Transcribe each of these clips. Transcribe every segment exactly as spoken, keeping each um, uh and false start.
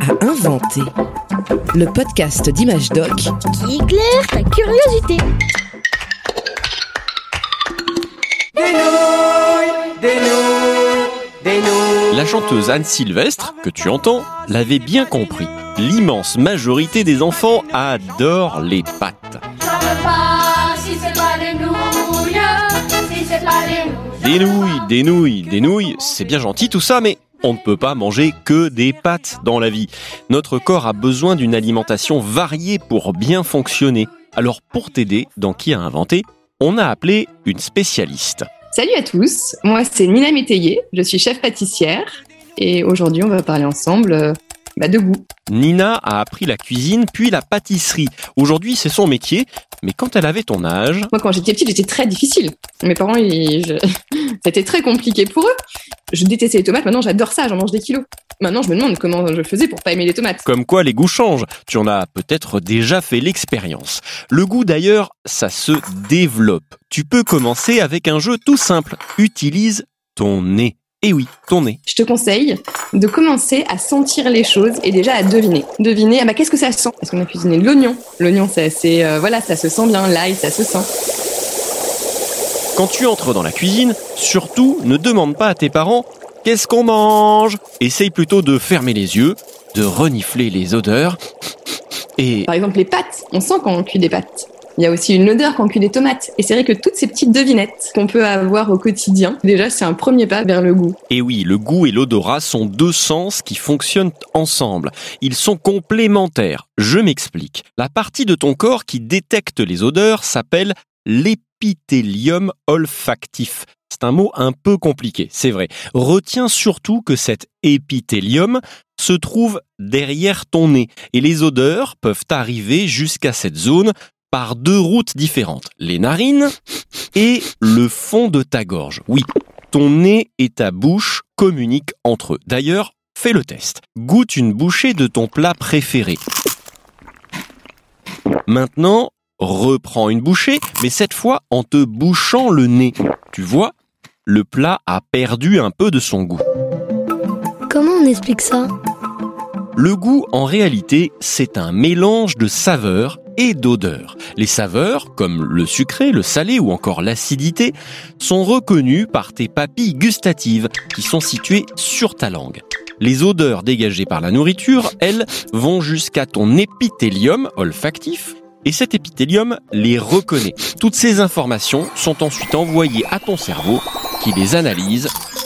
à inventer. Le podcast d'Image Doc qui éclaire ta curiosité. Des nouilles, des nouilles, des nouilles. La chanteuse Anne Sylvestre, que tu entends, l'avait bien compris. L'immense majorité des enfants adorent les pâtes. Je veux pas si c'est pas des nouilles, si c'est pas des nouilles. Des nouilles, des nouilles, des nouilles, c'est bien gentil tout ça, mais on ne peut pas manger que des pâtes dans la vie. Notre corps a besoin d'une alimentation variée pour bien fonctionner. Alors pour t'aider dans Qui a inventé, on a appelé une spécialiste. Salut à tous, moi c'est Nina Métayer, je suis chef pâtissière et aujourd'hui on va parler ensemble euh, bah, de goût. Nina a appris la cuisine puis la pâtisserie. Aujourd'hui c'est son métier, mais quand elle avait ton âge... Moi quand j'étais petite j'étais très difficile. Mes parents, ils, je... c'était très compliqué pour eux. Je détestais les tomates, maintenant j'adore ça, j'en mange des kilos. Maintenant je me demande comment je faisais pour pas aimer les tomates. Comme quoi les goûts changent, tu en as peut-être déjà fait l'expérience. Le goût d'ailleurs, ça se développe. Tu peux commencer avec un jeu tout simple. Utilise ton nez. Eh oui, ton nez. Je te conseille de commencer à sentir les choses et déjà à deviner. Deviner, ah bah qu'est-ce que ça sent ? Est-ce qu'on a cuisiné de l'oignon ? L'oignon, c'est assez, euh, voilà, ça se sent bien. L'ail, ça se sent. Quand tu entres dans la cuisine, surtout, ne demande pas à tes parents « Qu'est-ce qu'on mange ?» Essaye plutôt de fermer les yeux, de renifler les odeurs et... Par exemple, les pâtes, on sent quand on cuit des pâtes. Il y a aussi une odeur quand on cuit des tomates. Et c'est vrai que toutes ces petites devinettes qu'on peut avoir au quotidien, déjà, c'est un premier pas vers le goût. Et oui, le goût et l'odorat sont deux sens qui fonctionnent ensemble. Ils sont complémentaires. Je m'explique. La partie de ton corps qui détecte les odeurs s'appelle l'épithélium olfactif. C'est un mot un peu compliqué, c'est vrai. Retiens surtout que cet épithélium se trouve derrière ton nez. Et les odeurs peuvent arriver jusqu'à cette zone par deux routes différentes, les narines et le fond de ta gorge. Oui, ton nez et ta bouche communiquent entre eux. D'ailleurs, fais le test. Goûte une bouchée de ton plat préféré. Maintenant, reprends une bouchée, mais cette fois en te bouchant le nez. Tu vois, le plat a perdu un peu de son goût. Comment on explique ça ? Le goût, en réalité, c'est un mélange de saveurs et d'odeurs. Les saveurs, comme le sucré, le salé ou encore l'acidité, sont reconnues par tes papilles gustatives qui sont situées sur ta langue. Les odeurs dégagées par la nourriture, elles, vont jusqu'à ton épithélium olfactif et cet épithélium les reconnaît. Toutes ces informations sont ensuite envoyées à ton cerveau qui les analyse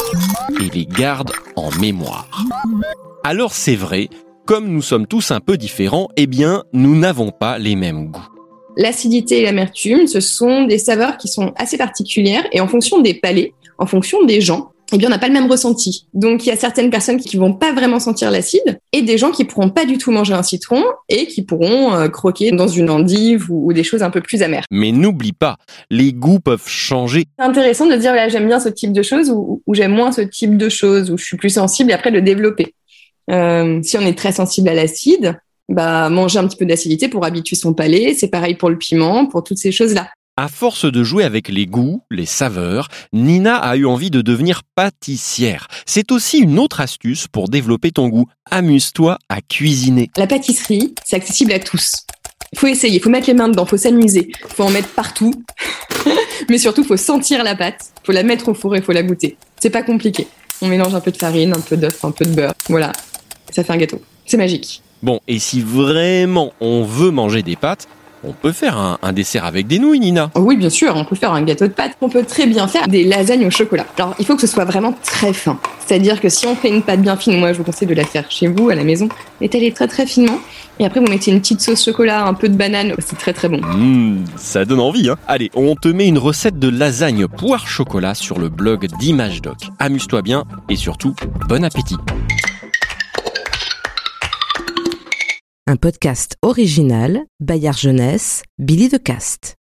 et les garde en mémoire. Alors c'est vrai, comme nous sommes tous un peu différents, eh bien, nous n'avons pas les mêmes goûts. L'acidité et l'amertume, ce sont des saveurs qui sont assez particulières et en fonction des palais, en fonction des gens, eh bien, on n'a pas le même ressenti. Donc, il y a certaines personnes qui vont pas vraiment sentir l'acide et des gens qui pourront pas du tout manger un citron et qui pourront euh, croquer dans une endive ou, ou des choses un peu plus amères. Mais n'oublie pas, les goûts peuvent changer. C'est intéressant de dire, là, j'aime bien ce type de choses ou, ou j'aime moins ce type de choses, ou je suis plus sensible et après le développer. Euh, si on est très sensible à l'acide, bah, manger un petit peu d'acidité pour habituer son palais. C'est pareil pour le piment, pour toutes ces choses-là. À force de jouer avec les goûts, les saveurs, Nina a eu envie de devenir pâtissière. C'est aussi une autre astuce pour développer ton goût. Amuse-toi à cuisiner. La pâtisserie, c'est accessible à tous. Il faut essayer, il faut mettre les mains dedans, il faut s'amuser, il faut en mettre partout. Mais surtout, il faut sentir la pâte, il faut la mettre au four et il faut la goûter. C'est pas compliqué. On mélange un peu de farine, un peu d'œuf, un peu de beurre. Voilà, ça fait un gâteau. C'est magique. Bon, et si vraiment on veut manger des pâtes, on peut faire un, un dessert avec des nouilles, Nina. Oh oui, bien sûr, on peut faire un gâteau de pâtes. On peut très bien faire des lasagnes au chocolat. Alors, il faut que ce soit vraiment très fin. C'est-à-dire que si on fait une pâte bien fine, moi je vous conseille de la faire chez vous, à la maison, étaler très très finement. Et après, vous mettez une petite sauce chocolat, un peu de banane. C'est très très bon. Mmh, ça donne envie, hein. Allez, on te met une recette de lasagne poire chocolat sur le blog d'Image Doc. Amuse-toi bien et surtout, bon appétit. Un podcast original, Bayard Jeunesse, Billy de Cast.